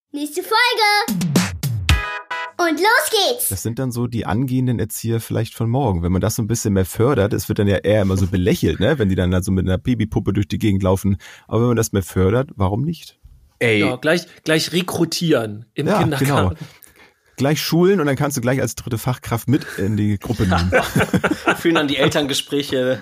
Nächste Folge! Und los geht's! Das sind dann so die angehenden Erzieher vielleicht von morgen. Wenn man das so ein bisschen mehr fördert, es wird dann ja eher immer so belächelt, ne? Wenn die dann da so mit einer Babypuppe durch die Gegend laufen. Aber wenn man das mehr fördert, warum nicht? Ey. Ja, gleich rekrutieren im Kindergarten. Genau. Gleich schulen und dann kannst du gleich als dritte Fachkraft mit in die Gruppe nehmen. Führen dann die Elterngespräche.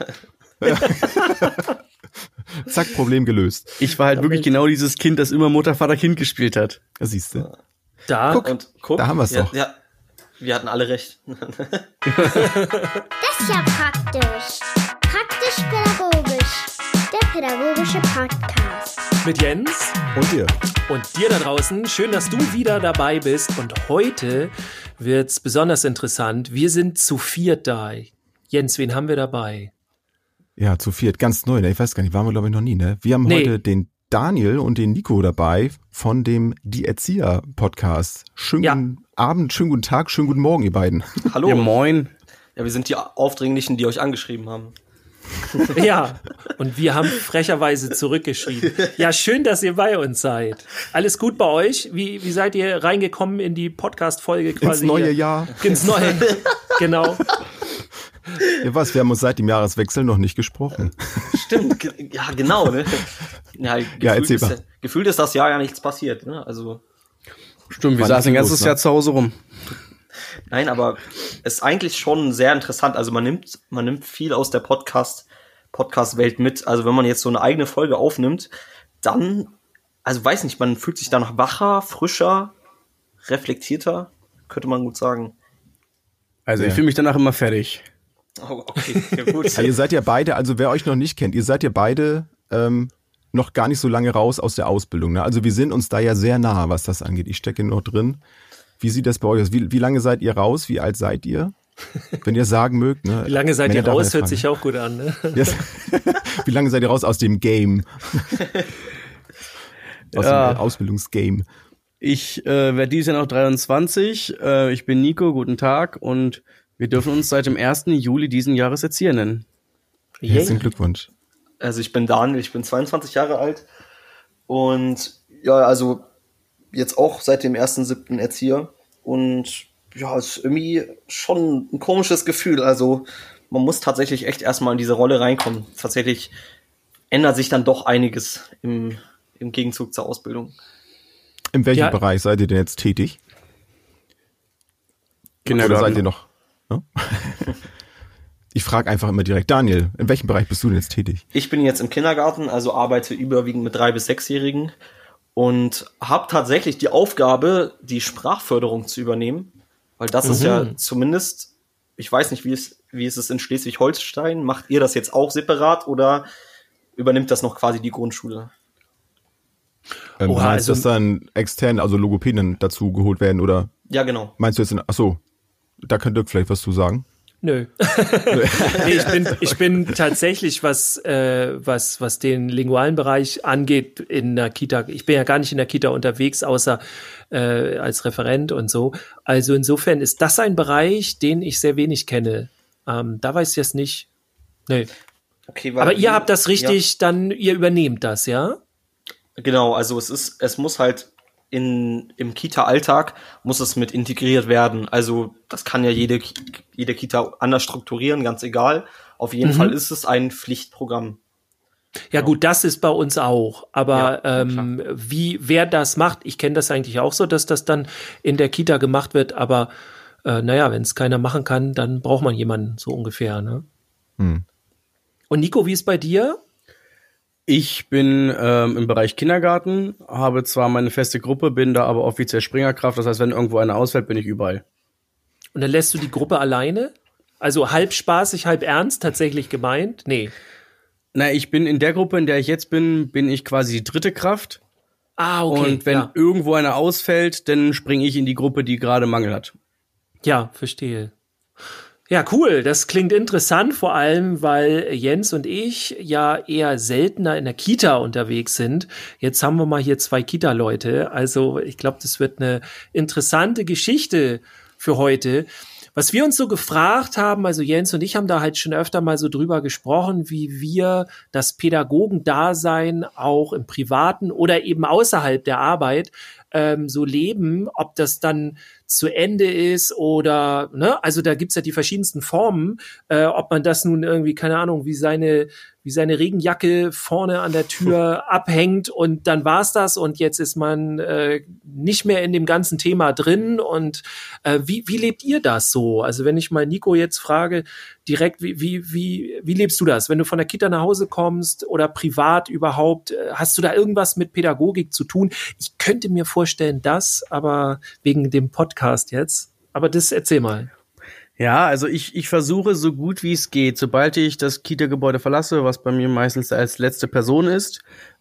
Zack, Problem gelöst. Ich war halt wirklich genau dieses Kind, das immer Mutter, Vater, Kind gespielt hat. Da siehst du. Guck, da haben wir es doch. Ja, wir hatten alle recht. Das ist ja praktisch. Praktisch-pädagogisch. Der pädagogische Podcast. Mit Jens. Und dir. Und dir da draußen. Schön, dass du wieder dabei bist. Und heute wird's besonders interessant. Wir sind zu viert da. Jens, wen haben wir dabei? Ja, zu viert. Ganz neu, ne? Ich weiß gar nicht, waren wir glaube ich noch nie, ne? Wir haben heute den Daniel und den Nico dabei von dem Die Erzieher-Podcast. Schönen guten Abend, schönen guten Tag, schönen guten Morgen, ihr beiden. Hallo. Ja, moin. Ja, wir sind die Aufdringlichen, die euch angeschrieben haben. Ja, und wir haben frecherweise zurückgeschrieben. Ja, schön, dass ihr bei uns seid. Alles gut bei euch? Wie seid ihr reingekommen in die Podcast-Folge quasi? Ins neue Jahr. Ins neue, genau. Ja, was? Wir haben uns seit dem Jahreswechsel noch nicht gesprochen. Stimmt, ja, genau, ne? Ja, gefühlt ist das Jahr ja nichts passiert, ne? Also. Stimmt, wir saßen ein ganzes Jahr zu Hause rum. Nein, aber es ist eigentlich schon sehr interessant. Also man nimmt viel aus der Podcast-Welt mit. Also wenn man jetzt so eine eigene Folge aufnimmt, dann, also weiß nicht, man fühlt sich danach wacher, frischer, reflektierter, könnte man gut sagen. Also ich fühle mich danach immer fertig. Oh, okay, ja, gut. Ja, ihr seid ja beide, also wer euch noch nicht kennt, ihr seid ja beide noch gar nicht so lange raus aus der Ausbildung. Ne? Also wir sind uns da ja sehr nah, was das angeht. Ich stecke noch drin. Wie sieht das bei euch aus? Wie lange seid ihr raus? Wie alt seid ihr? Wenn ihr sagen mögt. Ne? Wie lange seid ihr raus? Hört sich auch gut an. Ne? Yes. Wie lange seid ihr raus aus dem Game? Aus dem Ausbildungsgame. Ich werde dieses Jahr noch 23. Ich bin Nico, guten Tag. Und wir dürfen uns seit dem 1. Juli diesen Jahres Erzieher nennen. Herzlichen Glückwunsch. Also ich bin Daniel, ich bin 22 Jahre alt. Und ja, also jetzt auch seit dem 1.7. Erzieher. Und ja, es ist irgendwie schon ein komisches Gefühl. Also man muss tatsächlich echt erstmal in diese Rolle reinkommen. Tatsächlich ändert sich dann doch einiges im Gegenzug zur Ausbildung. In welchem Bereich seid ihr denn jetzt tätig? Oder seid ihr noch? Ne? Ich frage einfach immer direkt, Daniel, in welchem Bereich bist du denn jetzt tätig? Ich bin jetzt im Kindergarten, also arbeite überwiegend mit 3- bis 6-Jährigen und habe tatsächlich die Aufgabe, die Sprachförderung zu übernehmen, weil das ist ja zumindest, ich weiß nicht, wie ist es in Schleswig-Holstein, macht ihr das jetzt auch separat oder übernimmt das noch quasi die Grundschule? Meinst du, dass dann extern, also Logopäden dazu geholt werden, oder? Ja, genau. Meinst du jetzt, da kann Dirk vielleicht was zu sagen? Nö. Nee, ich bin tatsächlich, was den lingualen Bereich angeht, in der Kita, ich bin ja gar nicht in der Kita unterwegs, außer als Referent und so. Also insofern ist das ein Bereich, den ich sehr wenig kenne. Da weiß ich jetzt nicht. Nee. Okay, aber ihr habt das richtig, dann ihr übernehmt das, ja? Genau, also es muss halt im Kita-Alltag muss es mit integriert werden. Also das kann ja jede Kita anders strukturieren, ganz egal. Auf jeden Fall ist es ein Pflichtprogramm. Ja gut, das ist bei uns auch. Aber wer das macht, ich kenne das eigentlich auch so, dass das dann in der Kita gemacht wird. Aber wenn es keiner machen kann, dann braucht man jemanden so ungefähr. Ne? Und Nico, wie ist bei dir? Ich bin im Bereich Kindergarten, habe zwar meine feste Gruppe, bin da aber offiziell Springerkraft. Das heißt, wenn irgendwo einer ausfällt, bin ich überall. Und dann lässt du die Gruppe alleine? Also halb spaßig, halb ernst tatsächlich gemeint? Nee. Na, ich bin in der Gruppe, in der ich jetzt bin ich quasi die dritte Kraft. Ah, okay. Und wenn irgendwo einer ausfällt, dann springe ich in die Gruppe, die gerade Mangel hat. Ja, verstehe. Ja, cool. Das klingt interessant, vor allem, weil Jens und ich ja eher seltener in der Kita unterwegs sind. Jetzt haben wir mal hier 2 Kita-Leute. Also ich glaube, das wird eine interessante Geschichte für heute. Was wir uns so gefragt haben, also Jens und ich haben da halt schon öfter mal so drüber gesprochen, wie wir das Pädagogendasein auch im Privaten oder eben außerhalb der Arbeit so leben, ob das dann zu Ende ist oder, ne, also da gibt's ja die verschiedensten Formen, ob man das nun irgendwie, keine Ahnung, wie seine Regenjacke vorne an der Tür abhängt und dann war's das und jetzt ist man nicht mehr in dem ganzen Thema drin und wie lebt ihr das so? Also wenn ich mal Nico jetzt frage, direkt, wie lebst du das? Wenn du von der Kita nach Hause kommst oder privat überhaupt, hast du da irgendwas mit Pädagogik zu tun? Ich könnte mir vorstellen, aber wegen dem Podcast jetzt, aber das erzähl mal. Ja, also ich versuche so gut wie es geht, sobald ich das Kita-Gebäude verlasse, was bei mir meistens als letzte Person ist,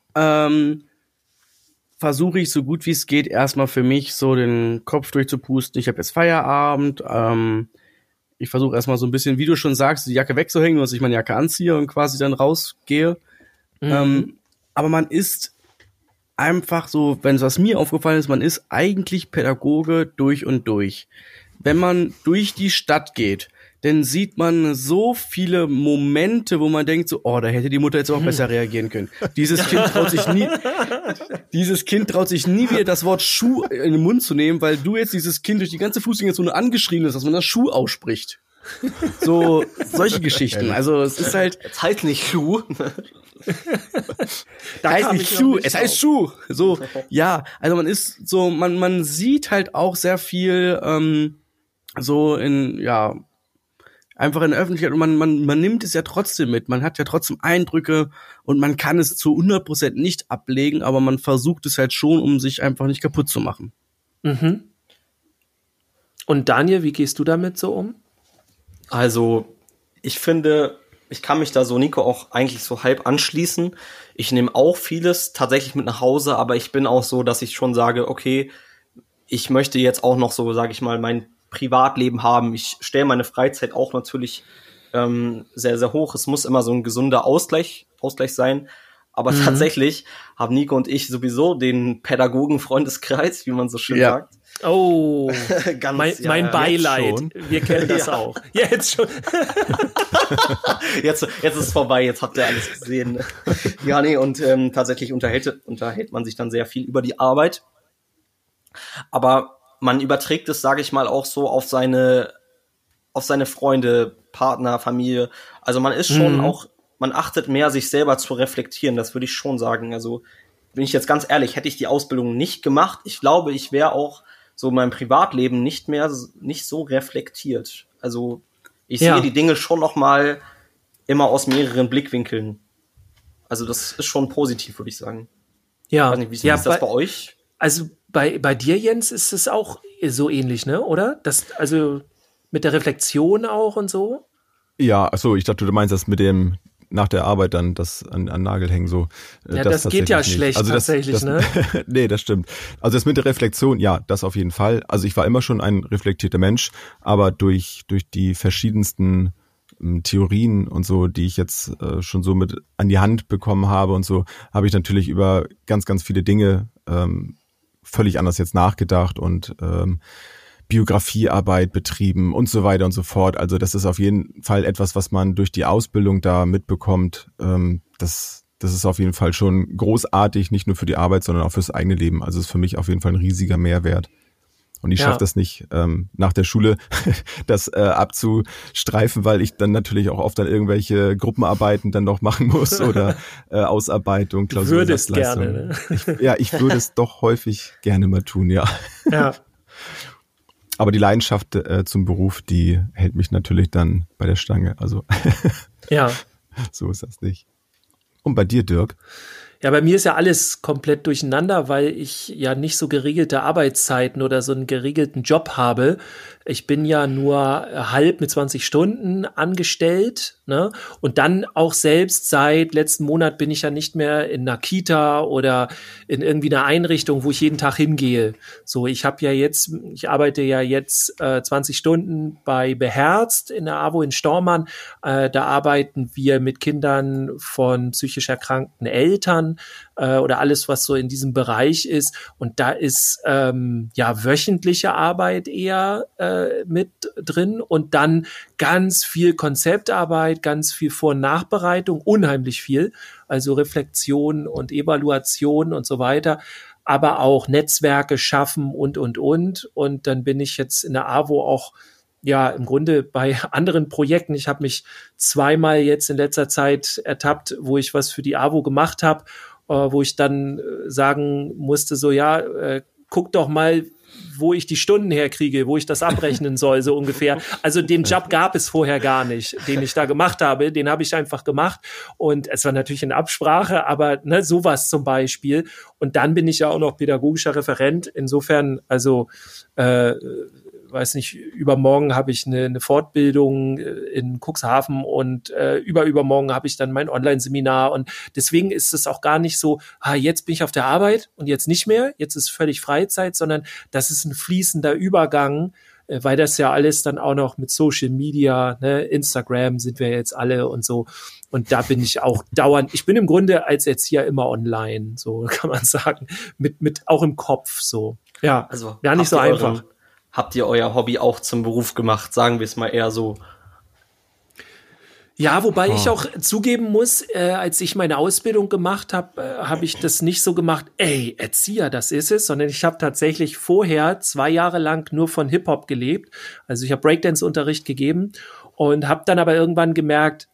versuche ich so gut wie es geht, erstmal für mich so den Kopf durchzupusten. Ich habe jetzt Feierabend, ich versuche erstmal so ein bisschen, wie du schon sagst, die Jacke wegzuhängen, dass ich meine Jacke anziehe und quasi dann rausgehe. Aber man ist einfach so, wenn es was mir aufgefallen ist, man ist eigentlich Pädagoge durch und durch. Wenn man durch die Stadt geht, dann sieht man so viele Momente, wo man denkt so, oh, da hätte die Mutter jetzt auch besser reagieren können. Dieses Kind traut sich nie wieder das Wort Schuh in den Mund zu nehmen, weil du jetzt dieses Kind durch die ganze Fußgängerzone angeschrien hast, dass man das Schuh ausspricht. So, solche Geschichten. Also, es ist halt. Jetzt halt nicht Schuh. heißt nicht Schuh, es heißt Schuh. So, ja, also man ist so, man sieht halt auch sehr viel, so in, ja, einfach in der Öffentlichkeit und man nimmt es ja trotzdem mit. Man hat ja trotzdem Eindrücke und man kann es zu 100% nicht ablegen, aber man versucht es halt schon, um sich einfach nicht kaputt zu machen. Mhm. Und Daniel, wie gehst du damit so um? Also, ich finde, ich kann mich da so Nico auch eigentlich so halb anschließen. Ich nehme auch vieles tatsächlich mit nach Hause, aber ich bin auch so, dass ich schon sage, okay, ich möchte jetzt auch noch so, sage ich mal, mein Privatleben haben. Ich stelle meine Freizeit auch natürlich sehr, sehr hoch. Es muss immer so ein gesunder Ausgleich sein. Aber tatsächlich haben Nico und ich sowieso den Pädagogen-Freundeskreis, wie man so schön sagt. Oh, Ganz, mein Beileid. Wir kennen das auch. Jetzt schon. Jetzt ist es vorbei, jetzt habt ihr alles gesehen. Ja, nee, und tatsächlich unterhält man sich dann sehr viel über die Arbeit. Aber man überträgt es, sage ich mal, auch so auf seine Freunde, Partner, Familie. Also man ist schon auch, man achtet mehr, sich selber zu reflektieren, das würde ich schon sagen. Also bin ich jetzt ganz ehrlich, hätte ich die Ausbildung nicht gemacht, ich glaube, ich wäre auch so in meinem Privatleben nicht so reflektiert. Also ich sehe die Dinge schon noch mal immer aus mehreren Blickwinkeln. Also das ist schon positiv, würde ich sagen. Ja. Ich weiß nicht, wie ist das bei euch? Also bei dir, Jens, ist es auch so ähnlich, ne? Oder? Also mit der Reflexion auch und so? Ja, achso, ich dachte, du meinst das mit dem nach der Arbeit dann das an Nagel hängen so. Ja, das geht ja schlecht also tatsächlich, ne? Nee, das stimmt. Also das mit der Reflexion, ja, das auf jeden Fall. Also ich war immer schon ein reflektierter Mensch, aber durch die verschiedensten Theorien und so, die ich jetzt schon so mit an die Hand bekommen habe und so, habe ich natürlich über ganz, ganz viele Dinge völlig anders jetzt nachgedacht und Biografiearbeit betrieben und so weiter und so fort. Also das ist auf jeden Fall etwas, was man durch die Ausbildung da mitbekommt. Das ist auf jeden Fall schon großartig, nicht nur für die Arbeit, sondern auch fürs eigene Leben. Also ist für mich auf jeden Fall ein riesiger Mehrwert. Und ich schaffe das nicht, nach der Schule das abzustreifen, weil ich dann natürlich auch oft dann irgendwelche Gruppenarbeiten dann noch machen muss oder Ausarbeitung, Klausur. Du würdest gerne, ne? Ich würde es doch häufig gerne mal tun, ja. Ja. Aber die Leidenschaft zum Beruf, die hält mich natürlich dann bei der Stange. Also ja, so ist das nicht. Und bei dir, Dirk? Ja, bei mir ist ja alles komplett durcheinander, weil ich ja nicht so geregelte Arbeitszeiten oder so einen geregelten Job habe. Ich bin ja nur halb mit 20 Stunden angestellt, ne? Und dann auch selbst seit letzten Monat bin ich ja nicht mehr in einer Kita oder in irgendwie einer Einrichtung, wo ich jeden Tag hingehe. So, ich arbeite ja jetzt 20 Stunden bei Beherzt in der AWO in Stormann. Da arbeiten wir mit Kindern von psychisch erkrankten Eltern oder alles, was so in diesem Bereich ist. Und da ist wöchentliche Arbeit eher mit drin und dann ganz viel Konzeptarbeit, ganz viel Vor- und Nachbereitung, unheimlich viel, also Reflexion und Evaluation und so weiter. aber auch Netzwerke schaffen und. Und dann bin ich jetzt in der AWO auch ja im Grunde bei anderen Projekten. Ich habe mich zweimal jetzt in letzter Zeit ertappt, wo ich was für die AWO gemacht habe, wo ich dann sagen musste, so ja, guck doch mal, wo ich die Stunden herkriege, wo ich das abrechnen soll, so ungefähr. Also den Job gab es vorher gar nicht, den ich da gemacht habe. Den habe ich einfach gemacht. Und es war natürlich in Absprache, aber ne, sowas zum Beispiel. Und dann bin ich ja auch noch pädagogischer Referent. Insofern, also weiß nicht, übermorgen habe ich eine Fortbildung in Cuxhaven und übermorgen habe ich dann mein Online-Seminar und deswegen ist es auch gar nicht so, jetzt bin ich auf der Arbeit und jetzt nicht mehr, jetzt ist völlig Freizeit, sondern das ist ein fließender Übergang, weil das ja alles dann auch noch mit Social Media, ne, Instagram sind wir jetzt alle und so und da bin ich auch dauernd, ich bin im Grunde als Erzieher immer online, so kann man sagen, mit auch im Kopf so, ja, also gar nicht so einfach. Habt ihr euer Hobby auch zum Beruf gemacht? Sagen wir es mal eher so. Ja, wobei ich auch zugeben muss, als ich meine Ausbildung gemacht habe, habe ich das nicht so gemacht, Erzieher, das ist es, sondern ich habe tatsächlich vorher 2 Jahre lang nur von Hip-Hop gelebt. Also ich habe Breakdance-Unterricht gegeben und habe dann aber irgendwann gemerkt,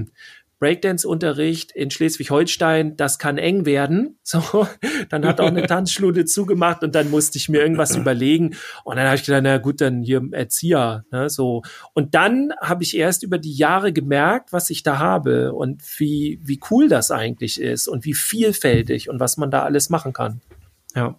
Breakdance-Unterricht in Schleswig-Holstein, das kann eng werden. So, dann hat auch eine Tanzschule zugemacht und dann musste ich mir irgendwas überlegen. Und dann habe ich gedacht, na gut, dann hier Erzieher. Ne, so. Und dann habe ich erst über die Jahre gemerkt, was ich da habe und wie cool das eigentlich ist und wie vielfältig und was man da alles machen kann. Ja.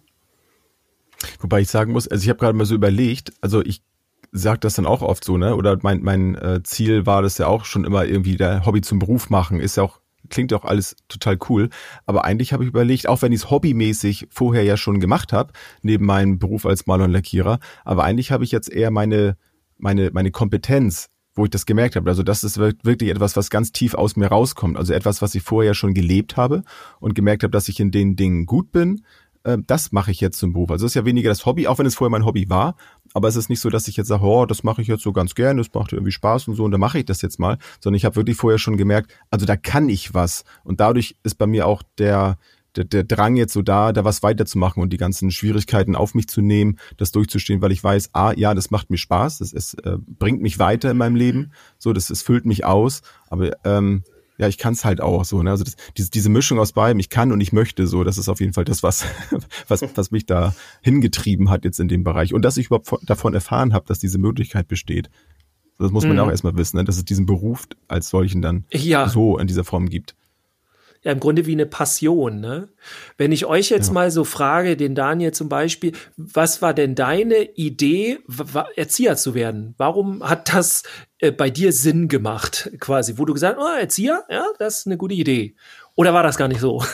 Wobei ich sagen muss, also ich habe gerade mal so überlegt, also ich sagt das dann auch oft so, ne? Oder mein Ziel war das ja auch schon immer irgendwie der Hobby zum Beruf machen. Ist ja auch, klingt ja auch alles total cool. Aber eigentlich habe ich überlegt, auch wenn ich es hobbymäßig vorher ja schon gemacht habe, neben meinem Beruf als Maler und Lackierer, aber eigentlich habe ich jetzt eher meine Kompetenz, wo ich das gemerkt habe. Also das ist wirklich etwas, was ganz tief aus mir rauskommt. Also etwas, was ich vorher schon gelebt habe und gemerkt habe, dass ich in den Dingen gut bin. Das mache ich jetzt zum Beruf. Also es ist ja weniger das Hobby, auch wenn es vorher mein Hobby war, aber es ist nicht so, dass ich jetzt sage, das mache ich jetzt so ganz gerne, das macht irgendwie Spaß und so und dann mache ich das jetzt mal, sondern ich habe wirklich vorher schon gemerkt, also da kann ich was und dadurch ist bei mir auch der Drang jetzt so da was weiterzumachen und die ganzen Schwierigkeiten auf mich zu nehmen, das durchzustehen, weil ich weiß, ja, das macht mir Spaß, es bringt mich weiter in meinem Leben, so, es füllt mich aus, aber ja, ich kann es halt auch so, ne? Also diese Mischung aus beidem, ich kann und ich möchte so, das ist auf jeden Fall das, was mich da hingetrieben hat jetzt in dem Bereich. Und dass ich überhaupt davon erfahren habe, dass diese Möglichkeit besteht. Das muss man auch erstmal wissen, ne? Dass es diesen Beruf als solchen dann so in dieser Form gibt. Ja, im Grunde wie eine Passion, ne? Wenn ich euch jetzt mal so frage, den Daniel zum Beispiel, was war denn deine Idee, Erzieher zu werden? Warum hat das bei dir Sinn gemacht, quasi? Wo du gesagt hast, Erzieher, ja, das ist eine gute Idee. Oder war das gar nicht so?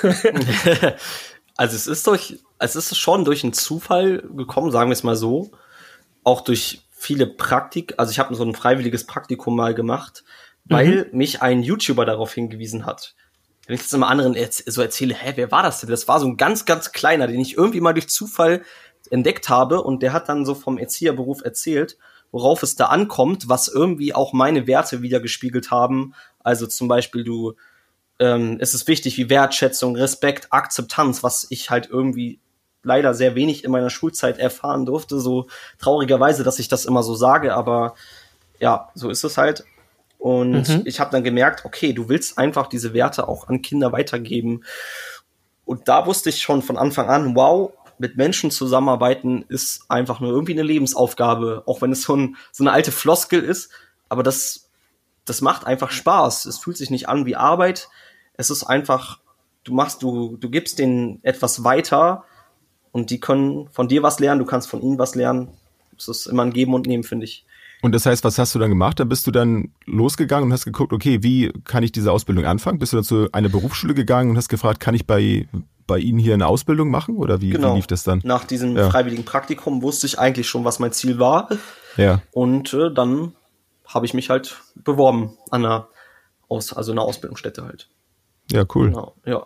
Also es ist schon durch einen Zufall gekommen, sagen wir es mal so. Auch durch viele also ich habe so ein freiwilliges Praktikum mal gemacht, weil mich ein YouTuber darauf hingewiesen hat. Wenn ich das immer anderen so erzähle, wer war das denn? Das war so ein ganz, ganz kleiner, den ich irgendwie mal durch Zufall entdeckt habe und der hat dann so vom Erzieherberuf erzählt, worauf es da ankommt, was irgendwie auch meine Werte wiedergespiegelt haben. Also zum Beispiel es ist wichtig wie Wertschätzung, Respekt, Akzeptanz, was ich halt irgendwie leider sehr wenig in meiner Schulzeit erfahren durfte, so traurigerweise, dass ich das immer so sage, aber ja, so ist es halt. Und ich habe dann gemerkt, okay, du willst einfach diese Werte auch an Kinder weitergeben. Und da wusste ich schon von Anfang an, wow, mit Menschen zusammenarbeiten ist einfach nur irgendwie eine Lebensaufgabe. Auch wenn es so eine alte Floskel ist. Aber das macht einfach Spaß. Es fühlt sich nicht an wie Arbeit. Es ist einfach, du gibst denen etwas weiter und die können von dir was lernen, du kannst von ihnen was lernen. Es ist immer ein Geben und Nehmen, finde ich. Und das heißt, was hast du dann gemacht? Da bist du dann losgegangen und hast geguckt, okay, wie kann ich diese Ausbildung anfangen? Bist du dann zu einer Berufsschule gegangen und hast gefragt, kann ich bei Ihnen hier eine Ausbildung machen? Oder wie lief das dann? Nach diesem freiwilligen Praktikum wusste ich eigentlich schon, was mein Ziel war. Ja. Und dann habe ich mich halt beworben an einer Ausbildungsstätte halt. Ja, cool. Genau, ja.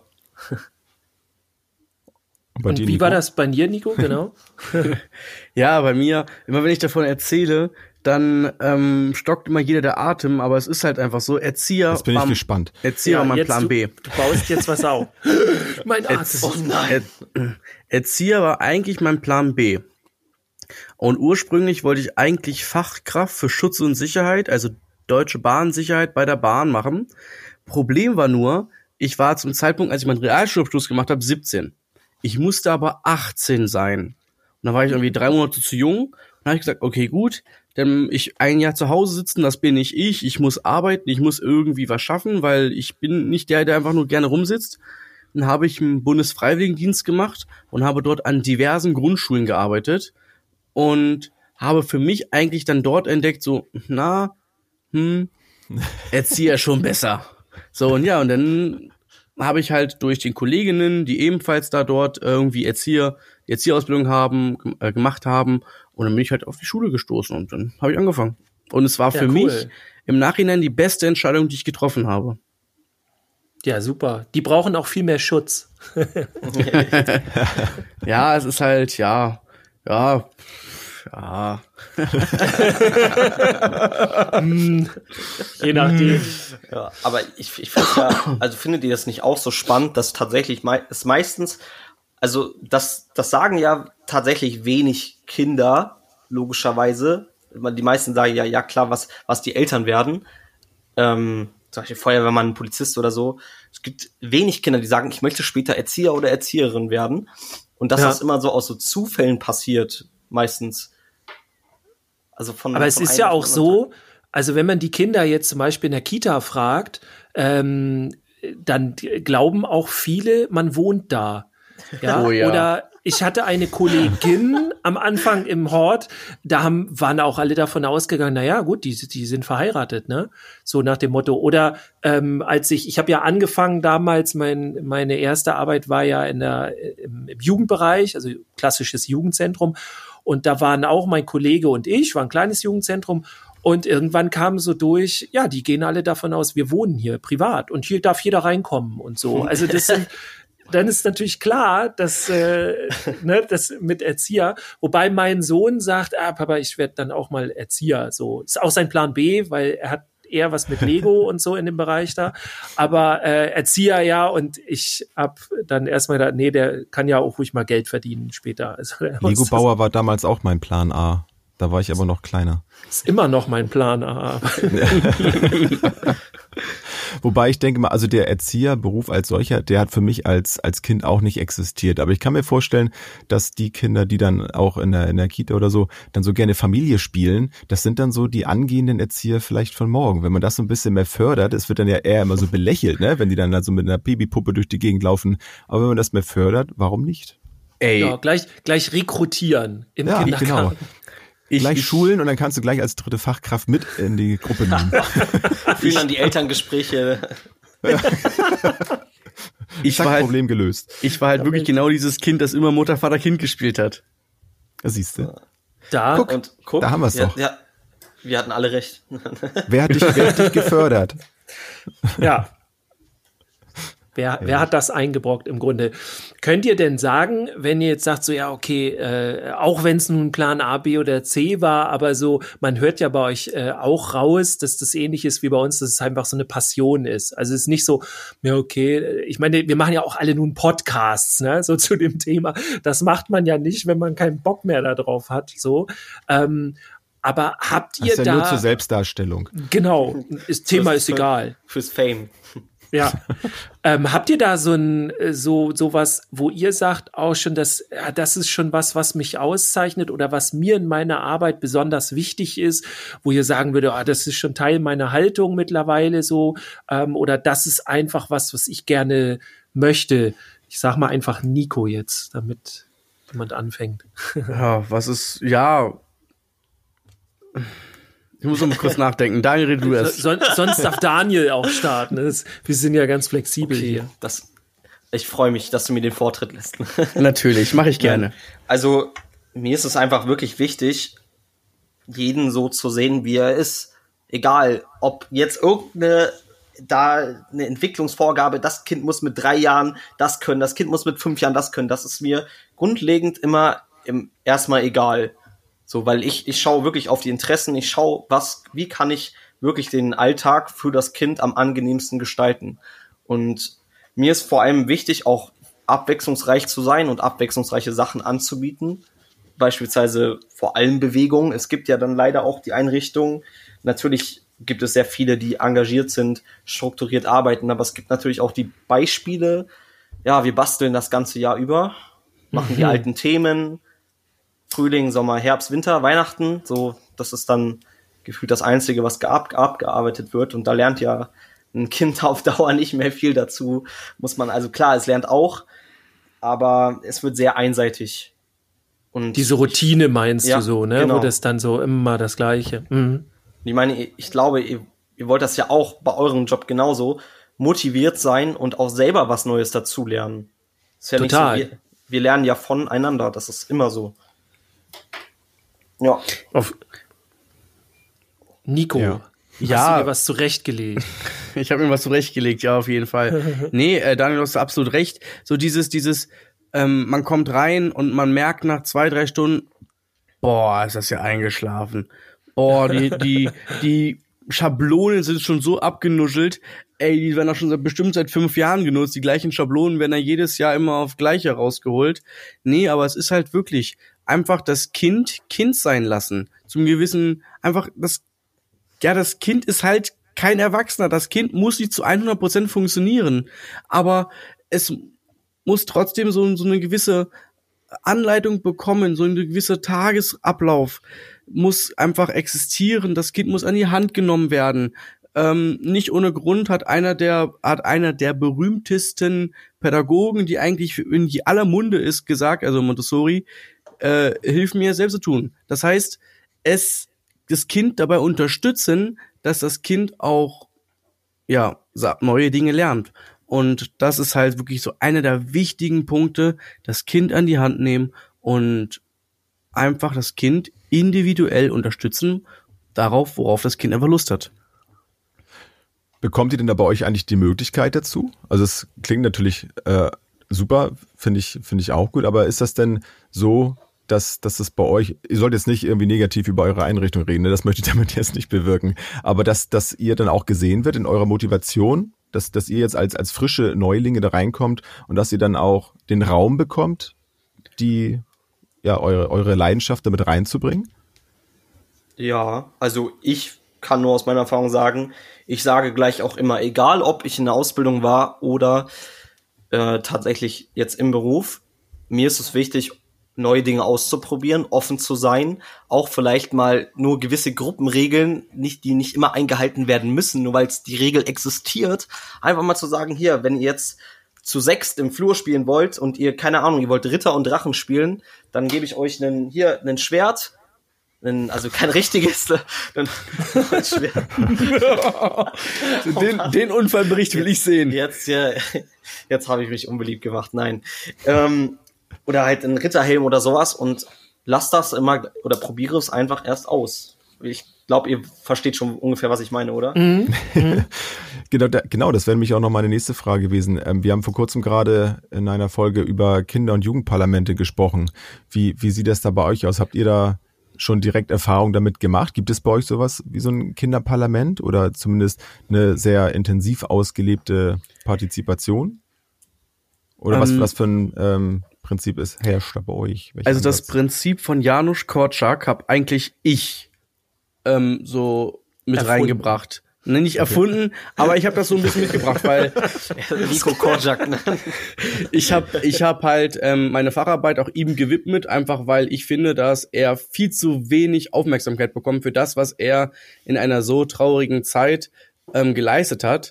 Und wie war das bei dir, Nico? Genau. Ja, bei mir, immer wenn ich davon erzähle, dann stockt immer jeder der Atem, aber es ist halt einfach so, Erzieher. Jetzt bin ich gespannt. Erzieher war mein Plan B. Du baust jetzt was auf. Mein Arzt. Oh nein. Erzieher war eigentlich mein Plan B. Und ursprünglich wollte ich eigentlich Fachkraft für Schutz und Sicherheit, also Deutsche Bahnsicherheit bei der Bahn machen. Problem war nur, ich war zum Zeitpunkt, als ich meinen Realschulabschluss gemacht habe, 17. Ich musste aber 18 sein. Und dann war ich irgendwie 3 Monate zu jung. Und dann habe ich gesagt, okay, gut, dann ich ein Jahr zu Hause sitzen, das bin nicht ich. Ich muss arbeiten, ich muss irgendwie was schaffen, weil ich bin nicht der einfach nur gerne rumsitzt. Dann habe ich einen Bundesfreiwilligendienst gemacht und habe dort an diversen Grundschulen gearbeitet und habe für mich eigentlich dann dort entdeckt, so, Erzieher schon besser. So, und ja, und dann habe ich halt durch den Kolleginnen, die ebenfalls da dort irgendwie die Erzieherausbildung gemacht haben, und dann bin ich halt auf die Schule gestoßen und dann habe ich angefangen. Und es war für mich im Nachhinein die beste Entscheidung, die ich getroffen habe. Ja, super. Die brauchen auch viel mehr Schutz. Ja, es ist halt, ja. Je nachdem. Ja, aber ich finde ja, also findet ihr das nicht auch so spannend, dass tatsächlich es meistens, also das sagen ja tatsächlich wenig Kinder, logischerweise. Die meisten sagen ja klar, was die Eltern werden. Zum Beispiel Feuerwehrmann, Polizist oder so. Es gibt wenig Kinder, die sagen, ich möchte später Erzieher oder Erzieherin werden. Und dass das immer so aus so Zufällen passiert, meistens. Also aber es ist ja auch so, also wenn man die Kinder jetzt zum Beispiel in der Kita fragt, dann glauben auch viele, man wohnt da. Ja? Oh ja. Oder ich hatte eine Kollegin am Anfang im Hort, waren auch alle davon ausgegangen, naja, gut, die sind verheiratet, ne? So nach dem Motto. Oder ich habe ja angefangen damals, meine erste Arbeit war ja im Jugendbereich, also klassisches Jugendzentrum. Und da waren auch mein Kollege und ich, war ein kleines Jugendzentrum. Und irgendwann kam so durch, ja, die gehen alle davon aus, wir wohnen hier privat und hier darf jeder reinkommen und so. Also dann ist natürlich klar, dass das mit Erzieher, wobei mein Sohn sagt, Papa, ich werde dann auch mal Erzieher. So ist auch sein Plan B, weil er hat eher was mit Lego und so in dem Bereich da. Aber Erzieher ja, und ich hab dann erstmal gedacht, nee, der kann ja auch ruhig mal Geld verdienen später. Also, Lego-Bauer war damals auch mein Plan A. Da war ich aber noch kleiner. Ist immer noch mein Plan A. Wobei ich denke mal, also der Erzieherberuf als solcher, der hat für mich als Kind auch nicht existiert. Aber ich kann mir vorstellen, dass die Kinder, die dann auch in der Kita oder so, dann so gerne Familie spielen, das sind dann so die angehenden Erzieher vielleicht von morgen. Wenn man das so ein bisschen mehr fördert, es wird dann ja eher immer so belächelt, ne, wenn die dann so mit einer Babypuppe durch die Gegend laufen. Aber wenn man das mehr fördert, warum nicht? Ey. Ja, gleich rekrutieren im Kindergarten. Genau. Gleich schulen und dann kannst du gleich als dritte Fachkraft mit in die Gruppe nehmen. Fühlen dann die Elterngespräche. Problem gelöst. Ich war halt wirklich genau dieses Kind, das immer Mutter, Vater, Kind gespielt hat. Da siehst du. Guck, da haben wir es doch. Ja, wir hatten alle recht. Wer hat dich gefördert? Ja. Wer hat das eingebrockt im Grunde? Könnt ihr denn sagen, wenn ihr jetzt sagt, so ja, okay, auch wenn es nun Plan A, B oder C war, aber so, man hört ja bei euch auch raus, dass das ähnlich ist wie bei uns, dass es einfach so eine Passion ist. Also es ist nicht so, ja, okay, ich meine, wir machen ja auch alle nun Podcasts, ne, so zu dem Thema. Das macht man ja nicht, wenn man keinen Bock mehr darauf hat, so. Aber habt ihr das ist ja nur zur Selbstdarstellung. Genau, das Thema ist egal. Fürs Fame. Ja. Habt ihr da sowas, wo ihr sagt auch schon, das ist schon was mich auszeichnet oder was mir in meiner Arbeit besonders wichtig ist, wo ihr sagen würde, das ist schon Teil meiner Haltung mittlerweile so, oder das ist einfach was ich gerne möchte. Ich sag mal einfach Nico jetzt, damit jemand anfängt. Ich muss noch mal kurz nachdenken. Daniel, red du erst. Sonst darf Daniel auch starten. Wir sind ja ganz flexibel hier. Ich freue mich, dass du mir den Vortritt lässt. Natürlich, mache ich gerne. Also, mir ist es einfach wirklich wichtig, jeden so zu sehen, wie er ist. Egal, ob jetzt eine Entwicklungsvorgabe, das Kind muss mit 3 Jahren das können, das Kind muss mit 5 Jahren das können. Das ist mir grundlegend immer erstmal egal. So, weil ich schaue wirklich auf die Interessen, ich schaue, wie kann ich wirklich den Alltag für das Kind am angenehmsten gestalten. Und mir ist vor allem wichtig, auch abwechslungsreich zu sein und abwechslungsreiche Sachen anzubieten. Beispielsweise vor allem Bewegung. Es gibt ja dann leider auch die Einrichtungen. Natürlich gibt es sehr viele, die engagiert sind, strukturiert arbeiten, aber es gibt natürlich auch die Beispiele. Ja, wir basteln das ganze Jahr über, machen die alten Themen, Frühling, Sommer, Herbst, Winter, Weihnachten, so, das ist dann gefühlt das Einzige, was abgearbeitet wird, und da lernt ja ein Kind auf Dauer nicht mehr viel dazu, also klar, es lernt auch, aber es wird sehr einseitig. Und diese Routine meinst du so, ne? Genau. Wo das dann so immer das Gleiche. Mhm. Ich meine, ich glaube, ihr wollt das ja auch bei eurem Job genauso, motiviert sein und auch selber was Neues dazulernen. Ist ja Total. Nicht so, wir lernen ja voneinander, das ist immer so. Ja. Nico, Ja. hast du dir was zurechtgelegt? Ich habe mir was zurechtgelegt, ja, auf jeden Fall. Nee, Daniel, du hast absolut recht. So dieses, man kommt rein und man merkt nach 2-3 Stunden, boah, ist das ja eingeschlafen. Boah, die Schablonen sind schon so abgenuschelt. Ey, die werden auch schon bestimmt seit 5 Jahren genutzt. Die gleichen Schablonen werden ja jedes Jahr immer auf gleiche rausgeholt. Nee, aber es ist halt wirklich einfach das Kind sein lassen. Zum gewissen, einfach das Kind ist halt kein Erwachsener. Das Kind muss nicht zu 100% funktionieren. Aber es muss trotzdem so eine gewisse Anleitung bekommen, so ein gewisser Tagesablauf muss einfach existieren. Das Kind muss an die Hand genommen werden. Nicht ohne Grund hat einer der berühmtesten Pädagogen, die eigentlich in aller Munde ist, gesagt, also Montessori, hilf mir selbst zu tun. Das heißt, das Kind dabei unterstützen, dass das Kind auch neue Dinge lernt. Und das ist halt wirklich so einer der wichtigen Punkte, das Kind an die Hand nehmen und einfach das Kind individuell unterstützen, worauf das Kind einfach Lust hat. Bekommt ihr denn da bei euch eigentlich die Möglichkeit dazu? Also es klingt natürlich super, finde ich auch gut, aber ist das denn so, dass es bei euch, ihr sollt jetzt nicht irgendwie negativ über eure Einrichtung reden, ne? Das möchte ich damit jetzt nicht bewirken, aber dass ihr dann auch gesehen wird in eurer Motivation, dass ihr jetzt als frische Neulinge da reinkommt und dass ihr dann auch den Raum bekommt, eure Leidenschaft damit reinzubringen? Ja, also ich kann nur aus meiner Erfahrung sagen, ich sage gleich auch immer, egal ob ich in der Ausbildung war oder tatsächlich jetzt im Beruf, mir ist es wichtig, neue Dinge auszuprobieren, offen zu sein, auch vielleicht mal nur gewisse Gruppenregeln, die nicht immer eingehalten werden müssen, nur weil es die Regel existiert, einfach mal zu sagen, hier, wenn ihr jetzt zu 6 im Flur spielen wollt und ihr, keine Ahnung, ihr wollt Ritter und Drachen spielen, dann gebe ich euch ein Schwert, also kein richtiges, ein Schwert. Den Unfallbericht will ich sehen. Jetzt habe ich mich unbeliebt gemacht, nein. Oder halt ein Ritterhelm oder sowas und lasst das immer oder probiere es einfach erst aus. Ich glaube, ihr versteht schon ungefähr, was ich meine, oder? Genau, das wäre nämlich auch noch meine nächste Frage gewesen. Wir haben vor kurzem gerade in einer Folge über Kinder- und Jugendparlamente gesprochen. Wie sieht das da bei euch aus? Habt ihr da schon direkt Erfahrung damit gemacht? Gibt es bei euch sowas wie so ein Kinderparlament oder zumindest eine sehr intensiv ausgelebte Partizipation? Oder was für ein Prinzip herrscht da bei euch? Also das Prinzip von Janusz Korczak habe eigentlich ich so mit reingebracht. Ne, nicht erfunden, aber ich habe das so ein bisschen mitgebracht, weil Nico Korczak, ne? ich hab halt meine Facharbeit auch ihm gewidmet, einfach weil ich finde, dass er viel zu wenig Aufmerksamkeit bekommt für das, was er in einer so traurigen Zeit geleistet hat.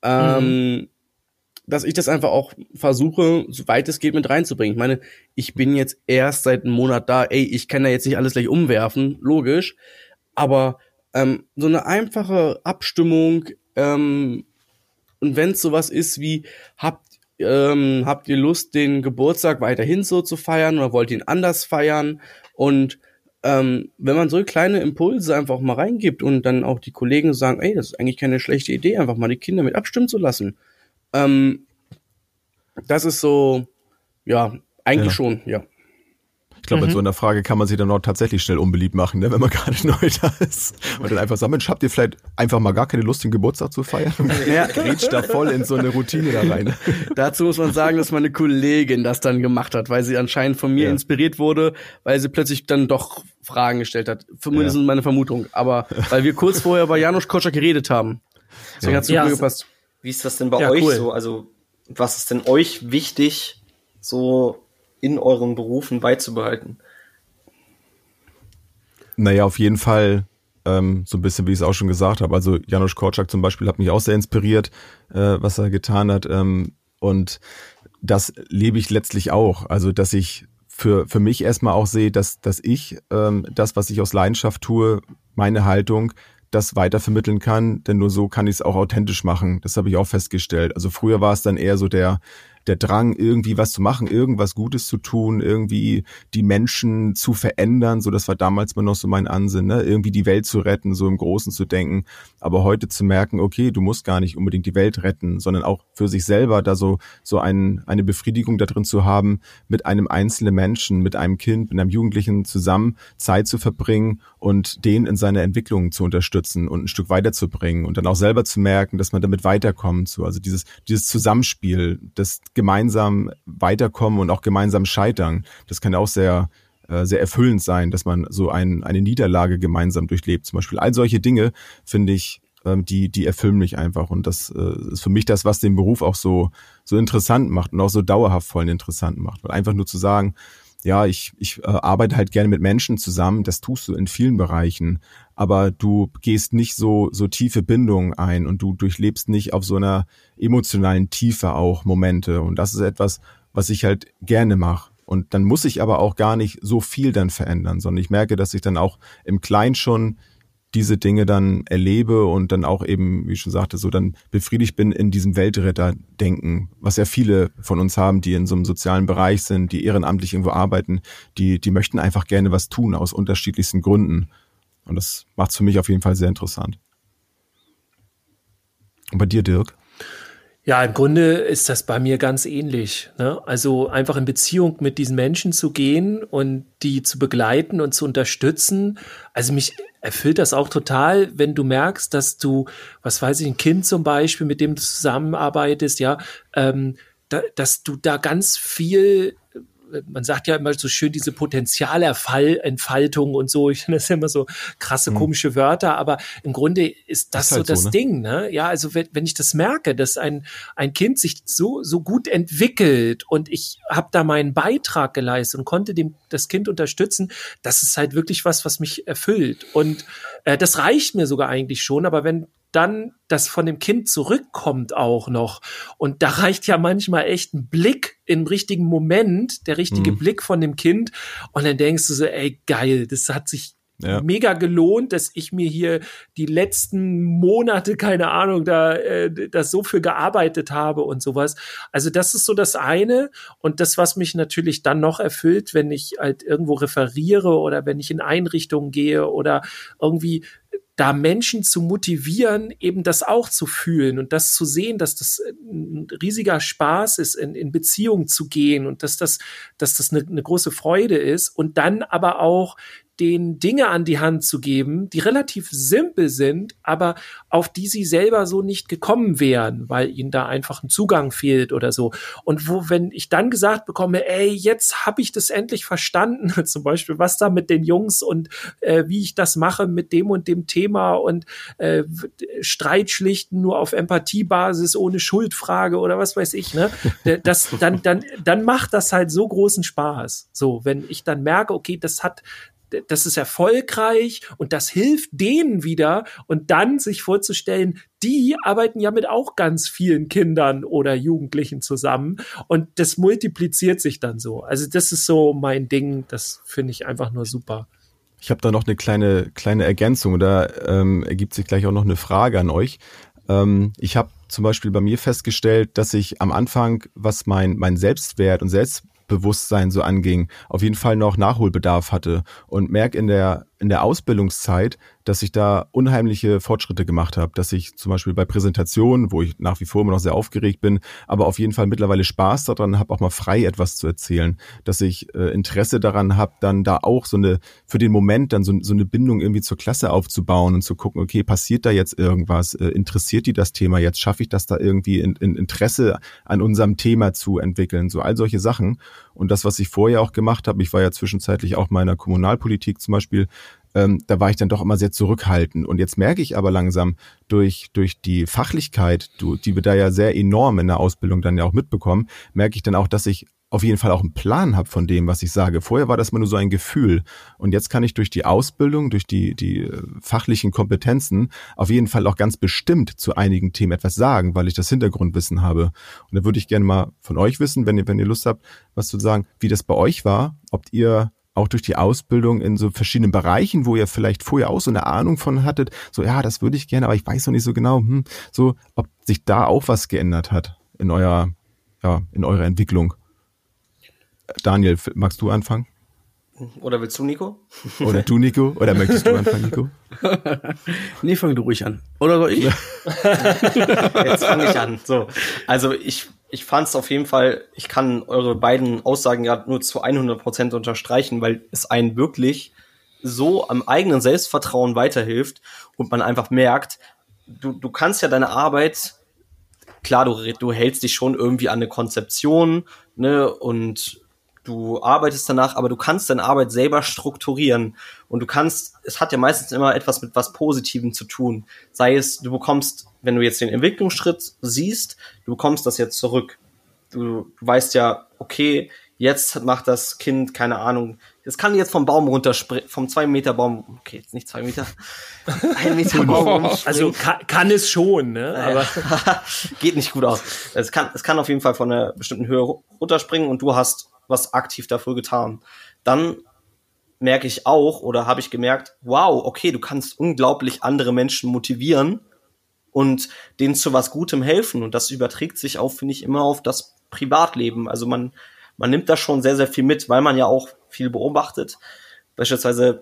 Dass ich das einfach auch versuche, soweit es geht, mit reinzubringen. Ich meine, ich bin jetzt erst seit einem Monat da, ich kann da jetzt nicht alles gleich umwerfen, logisch, aber so eine einfache Abstimmung und wenn es sowas ist wie, habt ihr Lust, den Geburtstag weiterhin so zu feiern oder wollt ihr ihn anders feiern? Und wenn man so kleine Impulse einfach mal reingibt und dann auch die Kollegen sagen, das ist eigentlich keine schlechte Idee, einfach mal die Kinder mit abstimmen zu lassen. Das ist so, ja, eigentlich schon, ja. glaube, mit so einer Frage kann man sich dann auch tatsächlich schnell unbeliebt machen, ne, wenn man gerade neu da ist. Und dann einfach sagen, Mensch, habt ihr vielleicht einfach mal gar keine Lust, den Geburtstag zu feiern? Ja. Grätscht da voll in so eine Routine da rein. Dazu muss man sagen, dass meine Kollegin das dann gemacht hat, weil sie anscheinend von mir inspiriert wurde, weil sie plötzlich dann doch Fragen gestellt hat. Zumindest meine Vermutung. Aber weil wir kurz vorher bei Janusz Korczak geredet haben. Deswegen hat's gut gepasst. Wie ist das denn bei euch so? Also, was ist denn euch wichtig, so in euren Berufen beizubehalten? Naja, auf jeden Fall so ein bisschen, wie ich es auch schon gesagt habe. Also Janusz Korczak zum Beispiel hat mich auch sehr inspiriert, was er getan hat. Und das lebe ich letztlich auch. Also, dass ich für mich erstmal auch sehe, dass ich das, was ich aus Leidenschaft tue, meine Haltung, das weitervermitteln kann, denn nur so kann ich es auch authentisch machen. Das habe ich auch festgestellt. Also früher war es dann eher so der Drang, irgendwie was zu machen, irgendwas Gutes zu tun, irgendwie die Menschen zu verändern. So, das war damals mal noch so mein Ansinnen, ne? Irgendwie die Welt zu retten, so im Großen zu denken. Aber heute zu merken, okay, du musst gar nicht unbedingt die Welt retten, sondern auch für sich selber da so eine Befriedigung da drin zu haben, mit einem einzelnen Menschen, mit einem Kind, mit einem Jugendlichen zusammen Zeit zu verbringen und den in seiner Entwicklung zu unterstützen und ein Stück weiterzubringen und dann auch selber zu merken, dass man damit weiterkommt. So, also dieses Zusammenspiel, das gemeinsam weiterkommen und auch gemeinsam scheitern. Das kann auch sehr erfüllend sein, dass man so eine Niederlage gemeinsam durchlebt. Zum Beispiel all solche Dinge, finde ich, die erfüllen mich einfach. Und das ist für mich das, was den Beruf auch so interessant macht und auch so dauerhaft voll interessant macht. Weil einfach nur zu sagen, ja, ich arbeite halt gerne mit Menschen zusammen, das tust du in vielen Bereichen, aber du gehst nicht so tiefe Bindungen ein und du durchlebst nicht auf so einer emotionalen Tiefe auch Momente und das ist etwas, was ich halt gerne mache. Und dann muss ich aber auch gar nicht so viel dann verändern, sondern ich merke, dass ich dann auch im Kleinen schon diese Dinge dann erlebe und dann auch eben, wie ich schon sagte, so dann befriedigt bin in diesem Weltretter-Denken, was ja viele von uns haben, die in so einem sozialen Bereich sind, die ehrenamtlich irgendwo arbeiten, die möchten einfach gerne was tun aus unterschiedlichsten Gründen. Und das macht es für mich auf jeden Fall sehr interessant. Und bei dir, Dirk? Ja, im Grunde ist das bei mir ganz ähnlich, ne? Also einfach in Beziehung mit diesen Menschen zu gehen und die zu begleiten und zu unterstützen. Also mich erfüllt das auch total, wenn du merkst, dass du, was weiß ich, ein Kind zum Beispiel, mit dem du zusammenarbeitest, ja, dass du da ganz viel, man sagt ja immer so schön, diese Potenzialentfaltung und so, ich finde das immer so krasse, komische Wörter, aber im Grunde ist das halt so das Ding, ne? Ja, also wenn ich das merke, dass ein Kind sich so gut entwickelt und ich habe da meinen Beitrag geleistet und konnte das Kind unterstützen, das ist halt wirklich was mich erfüllt und das reicht mir sogar eigentlich schon, aber wenn dann das von dem Kind zurückkommt auch noch. Und da reicht ja manchmal echt ein Blick im richtigen Moment, der richtige Blick von dem Kind. Und dann denkst du so, ey, geil, das hat sich mega gelohnt, dass ich mir hier die letzten Monate, keine Ahnung, das so für gearbeitet habe und sowas. Also das ist so das eine. Und das, was mich natürlich dann noch erfüllt, wenn ich halt irgendwo referiere oder wenn ich in Einrichtungen gehe oder irgendwie da Menschen zu motivieren, eben das auch zu fühlen und das zu sehen, dass das ein riesiger Spaß ist, in Beziehung zu gehen und dass das eine große Freude ist und dann aber auch den Dinge an die Hand zu geben, die relativ simpel sind, aber auf die sie selber so nicht gekommen wären, weil ihnen da einfach ein Zugang fehlt oder so. Und wenn ich dann gesagt bekomme, ey, jetzt habe ich das endlich verstanden, zum Beispiel, was da mit den Jungs und wie ich das mache mit dem und dem Thema und Streit schlichten nur auf Empathiebasis, ohne Schuldfrage oder was weiß ich, ne? Dann macht das halt so großen Spaß. So, wenn ich dann merke, okay, das ist erfolgreich und das hilft denen wieder und dann sich vorzustellen, die arbeiten ja mit auch ganz vielen Kindern oder Jugendlichen zusammen und das multipliziert sich dann so. Also das ist so mein Ding, das finde ich einfach nur super. Ich habe da noch eine kleine Ergänzung, da ergibt sich gleich auch noch eine Frage an euch. Ich habe zum Beispiel bei mir festgestellt, dass ich am Anfang, was mein Selbstwert und Selbstbewusstsein so anging, auf jeden Fall noch Nachholbedarf hatte und merke in der in der Ausbildungszeit, dass ich da unheimliche Fortschritte gemacht habe, dass ich zum Beispiel bei Präsentationen, wo ich nach wie vor immer noch sehr aufgeregt bin, aber auf jeden Fall mittlerweile Spaß daran habe, auch mal frei etwas zu erzählen, dass ich Interesse daran habe, dann da auch für den Moment dann so eine Bindung irgendwie zur Klasse aufzubauen und zu gucken, okay, passiert da jetzt irgendwas, interessiert die das Thema jetzt, schaffe ich das da irgendwie in Interesse an unserem Thema zu entwickeln, so all solche Sachen. Und das, was ich vorher auch gemacht habe, ich war ja zwischenzeitlich auch mal in der Kommunalpolitik zum Beispiel, da war ich dann doch immer sehr zurückhaltend. Und jetzt merke ich aber langsam durch die Fachlichkeit, die wir da ja sehr enorm in der Ausbildung dann ja auch mitbekommen, merke ich dann auch, dass ich auf jeden Fall auch einen Plan habe von dem, was ich sage. Vorher war das mal nur so ein Gefühl. Und jetzt kann ich durch die Ausbildung, durch die fachlichen Kompetenzen auf jeden Fall auch ganz bestimmt zu einigen Themen etwas sagen, weil ich das Hintergrundwissen habe. Und da würde ich gerne mal von euch wissen, wenn ihr Lust habt, was zu sagen, wie das bei euch war, ob ihr auch durch die Ausbildung in so verschiedenen Bereichen, wo ihr vielleicht vorher auch so eine Ahnung von hattet, so ja, das würde ich gerne, aber ich weiß noch nicht so genau, so, ob sich da auch was geändert hat in eurer Entwicklung. Daniel, magst du anfangen? Oder willst du, Nico? Oder du, Nico? Oder möchtest du anfangen, Nico? Nee, fang du ruhig an. Oder soll ich? Jetzt fange ich an. So, also ich fand es auf jeden Fall, ich kann eure beiden Aussagen ja nur zu 100% unterstreichen, weil es einen wirklich so am eigenen Selbstvertrauen weiterhilft und man einfach merkt, du kannst ja deine Arbeit, klar, du hältst dich schon irgendwie an eine Konzeption, ne, und du arbeitest danach, aber du kannst deine Arbeit selber strukturieren und es hat ja meistens immer etwas mit was Positivem zu tun. Sei es, du bekommst, wenn du jetzt den Entwicklungsschritt siehst, du bekommst das jetzt zurück. Du weißt ja, okay, jetzt macht das Kind, keine Ahnung, es kann jetzt vom Baum runterspringen, vom 2 Meter Baum, okay, jetzt nicht 2 Meter, 1 Meter Baum runterspringen. Also kann es schon, ne? Aber geht nicht gut aus. Es kann auf jeden Fall von einer bestimmten Höhe runterspringen und du hast was aktiv dafür getan. Dann merke ich auch oder habe ich gemerkt, wow, okay, du kannst unglaublich andere Menschen motivieren und denen zu was Gutem helfen. Und das überträgt sich auch, finde ich, immer auf das Privatleben. Also man nimmt da schon sehr, sehr viel mit, weil man ja auch viel beobachtet. Beispielsweise,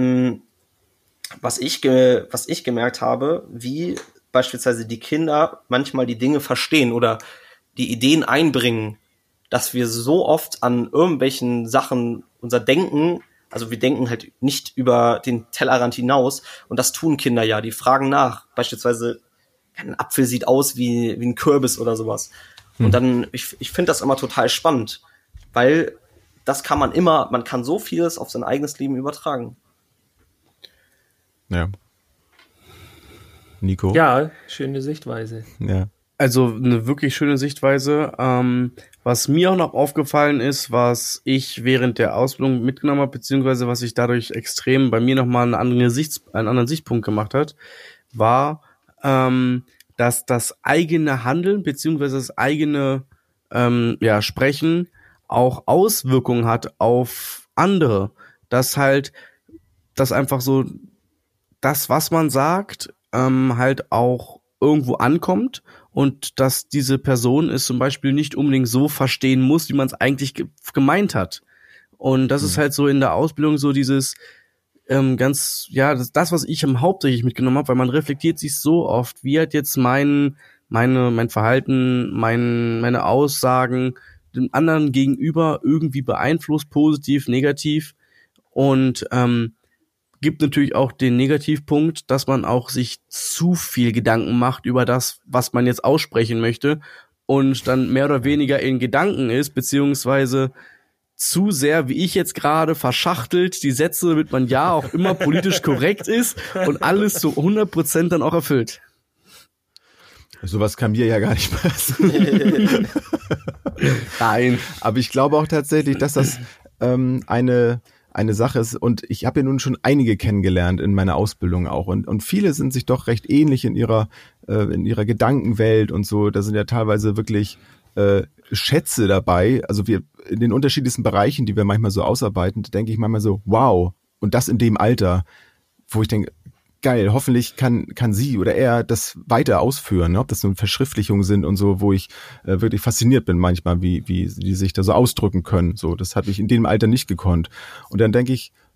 was ich gemerkt habe, wie beispielsweise die Kinder manchmal die Dinge verstehen oder die Ideen einbringen, dass wir so oft an irgendwelchen Sachen unser Denken, also wir denken halt nicht über den Tellerrand hinaus und das tun Kinder ja, die fragen nach. Beispielsweise, ein Apfel sieht aus wie ein Kürbis oder sowas. Und dann, ich finde das immer total spannend, weil das kann man kann so vieles auf sein eigenes Leben übertragen. Ja. Nico? ja, schöne Sichtweise. Ja. Also eine wirklich schöne Sichtweise. Was mir auch noch aufgefallen ist, was ich während der Ausbildung mitgenommen habe, beziehungsweise was sich dadurch extrem bei mir nochmal einen anderen Sichtpunkt gemacht hat, war, dass das eigene Handeln beziehungsweise das eigene Sprechen auch Auswirkungen hat auf andere. Dass halt, dass einfach so das, was man sagt, halt auch irgendwo ankommt und dass diese Person es zum Beispiel nicht unbedingt so verstehen muss, wie man es eigentlich gemeint hat. Und das ist halt so in der Ausbildung so dieses das, was ich hauptsächlich mitgenommen habe, weil man reflektiert sich so oft, wie hat jetzt mein Verhalten, meine Aussagen dem anderen gegenüber irgendwie beeinflusst, positiv, negativ, und gibt natürlich auch den Negativpunkt, dass man auch sich zu viel Gedanken macht über das, was man jetzt aussprechen möchte und dann mehr oder weniger in Gedanken ist, beziehungsweise zu sehr, wie ich jetzt gerade, verschachtelt die Sätze, damit man ja auch immer politisch korrekt ist und alles zu 100% dann auch erfüllt. Sowas kann mir ja gar nicht passieren. Nein. Aber ich glaube auch tatsächlich, dass das eine Sache ist, und ich habe ja nun schon einige kennengelernt in meiner Ausbildung auch, und viele sind sich doch recht ähnlich in ihrer Gedankenwelt und so. Da sind ja teilweise wirklich Schätze dabei. Also wir in den unterschiedlichsten Bereichen, die wir manchmal so ausarbeiten, denke ich manchmal so, wow, und das in dem Alter, wo ich denke, geil, hoffentlich kann sie oder er das weiter ausführen, ne? Ob das so Verschriftlichungen sind und so, wo ich wirklich fasziniert bin manchmal, wie die sich da so ausdrücken können. So, das hatte ich in dem Alter nicht gekonnt. Und dann denke ich,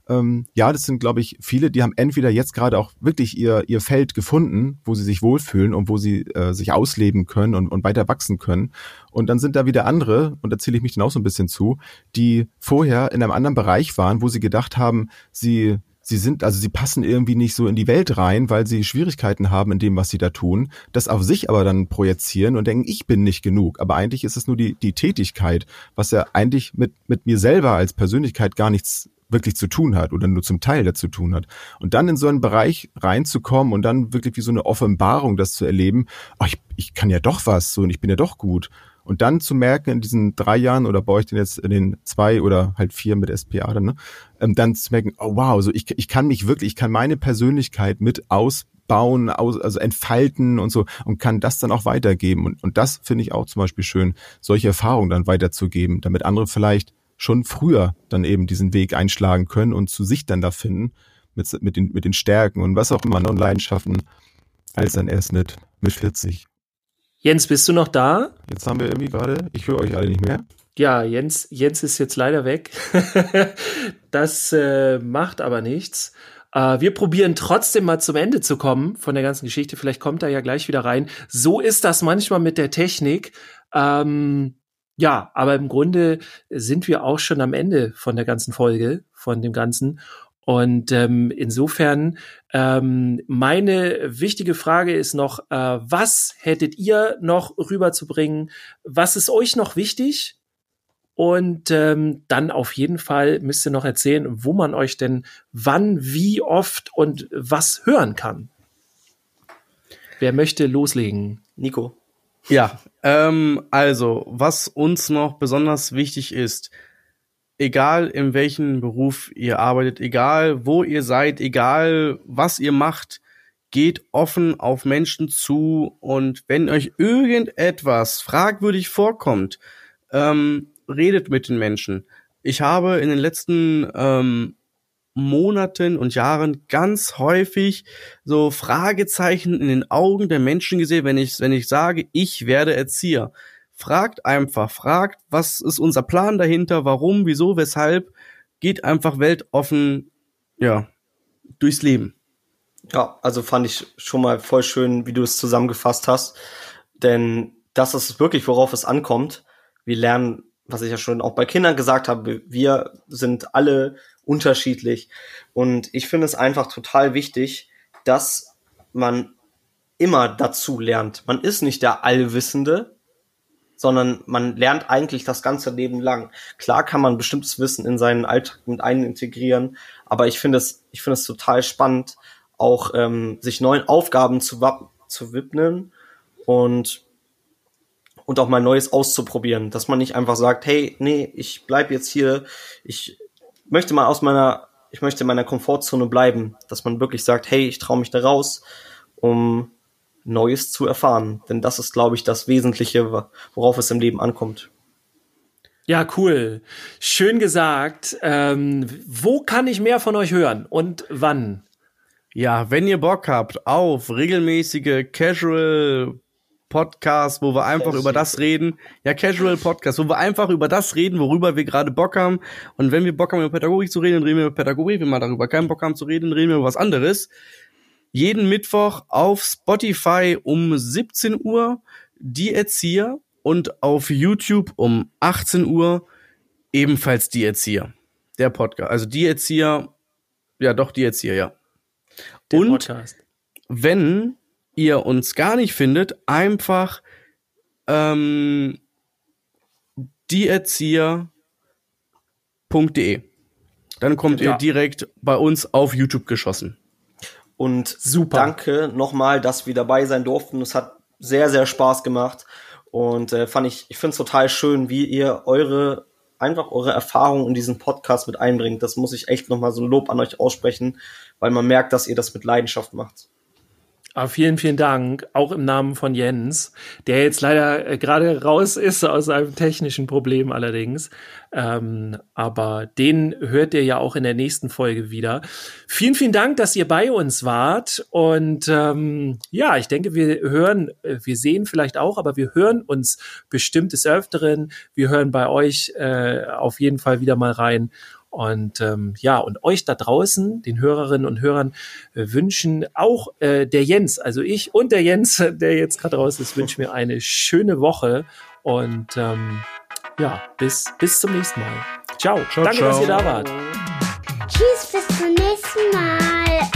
Ja, das sind, glaube ich, viele, die haben entweder jetzt gerade auch wirklich ihr Feld gefunden, wo sie sich wohlfühlen und wo sie sich ausleben können und weiter wachsen können. Und dann sind da wieder andere, und da zähle ich mich dann auch so ein bisschen zu, die vorher in einem anderen Bereich waren, wo sie gedacht haben, sie passen irgendwie nicht so in die Welt rein, weil sie Schwierigkeiten haben in dem, was sie da tun, das auf sich aber dann projizieren und denken, ich bin nicht genug. Aber eigentlich ist es nur die Tätigkeit, was ja eigentlich mit mir selber als Persönlichkeit gar nichts wirklich zu tun hat oder nur zum Teil dazu tun hat. Und dann in so einen Bereich reinzukommen und dann wirklich wie so eine Offenbarung das zu erleben, ich kann ja doch was so und ich bin ja doch gut. Und dann zu merken in diesen 3 Jahren oder bei euch denn jetzt in den 2 oder halt 4 mit SPA dann zu merken, oh wow, so ich kann meine Persönlichkeit mit ausbauen, also entfalten und so und kann das dann auch weitergeben. Und das finde ich auch zum Beispiel schön, solche Erfahrungen dann weiterzugeben, damit andere vielleicht schon früher dann eben diesen Weg einschlagen können und zu sich dann da finden, mit den Stärken und was auch immer und Leidenschaften, als dann erst mit 40. Jens, bist du noch da? Jetzt haben wir irgendwie gerade, ich höre euch alle nicht mehr. Ja, Jens ist jetzt leider weg. Das macht aber nichts. Wir probieren trotzdem mal zum Ende zu kommen von der ganzen Geschichte. Vielleicht kommt er ja gleich wieder rein. So ist das manchmal mit der Technik. Ja, aber im Grunde sind wir auch schon am Ende von der ganzen Folge, von dem Ganzen. Und insofern, meine wichtige Frage ist noch, was hättet ihr noch rüberzubringen? Was ist euch noch wichtig? Und dann auf jeden Fall müsst ihr noch erzählen, wo man euch denn wann, wie oft und was hören kann. Wer möchte loslegen? Nico. Ja, also, was uns noch besonders wichtig ist, egal in welchem Beruf ihr arbeitet, egal wo ihr seid, egal was ihr macht, geht offen auf Menschen zu und wenn euch irgendetwas fragwürdig vorkommt, redet mit den Menschen. Ich habe in den letzten Monaten und Jahren ganz häufig so Fragezeichen in den Augen der Menschen gesehen, wenn ich sage, ich werde Erzieher. Fragt einfach, was ist unser Plan dahinter, warum, wieso, weshalb, geht einfach weltoffen, ja, durchs Leben. Ja, also fand ich schon mal voll schön, wie du es zusammengefasst hast, denn das ist wirklich, worauf es ankommt. Wir lernen, was ich ja schon auch bei Kindern gesagt habe, wir sind alle unterschiedlich und ich finde es einfach total wichtig, dass man immer dazu lernt. Man ist nicht der Allwissende, sondern man lernt eigentlich das ganze Leben lang. Klar kann man bestimmtes Wissen in seinen Alltag mit integrieren, aber ich finde es total spannend, auch sich neuen Aufgaben zu widmen und auch mal Neues auszuprobieren, dass man nicht einfach sagt, hey, nee, ich bleib jetzt hier, ich möchte in meiner Komfortzone bleiben, dass man wirklich sagt, hey, ich traue mich da raus, um Neues zu erfahren. Denn das ist, glaube ich, das Wesentliche, worauf es im Leben ankommt. Ja, cool. Schön gesagt. Wo kann ich mehr von euch hören und wann? Ja, wenn ihr Bock habt auf regelmäßige Casual Podcasts, wo wir einfach über das reden. Ja, Casual Podcasts, wo wir einfach über das reden, worüber wir gerade Bock haben. Und wenn wir Bock haben, über Pädagogik zu reden, dann reden wir über Pädagogik. Wenn wir darüber keinen Bock haben zu reden, dann reden wir über was anderes. Jeden Mittwoch auf Spotify um 17 Uhr die Erzieher und auf YouTube um 18 Uhr ebenfalls die Erzieher. Der Podcast. Also die Erzieher, ja doch, die Erzieher, ja. Der und Podcast. Wenn ihr uns gar nicht findet, einfach dieerzieher.de. Dann kommt ihr direkt bei uns auf YouTube geschossen. Und super. Danke nochmal, dass wir dabei sein durften. Es hat sehr, sehr Spaß gemacht. Und ich finde es total schön, wie ihr eure Erfahrungen in diesen Podcast mit einbringt. Das muss ich echt nochmal so ein Lob an euch aussprechen, weil man merkt, dass ihr das mit Leidenschaft macht. Vielen, vielen Dank, auch im Namen von Jens, der jetzt leider gerade raus ist aus einem technischen Problem allerdings. Aber den hört ihr ja auch in der nächsten Folge wieder. Vielen, vielen Dank, dass ihr bei uns wart. Und ja, ich denke, wir sehen vielleicht auch, aber wir hören uns bestimmt des Öfteren. Wir hören bei euch auf jeden Fall wieder mal rein. Und und euch da draußen, den Hörerinnen und Hörern, wünschen auch der Jens, also ich und der Jens, der jetzt gerade raus ist, wünschen mir eine schöne Woche und bis zum nächsten Mal. Ciao. Danke, dass ihr da wart. Tschüss, bis zum nächsten Mal.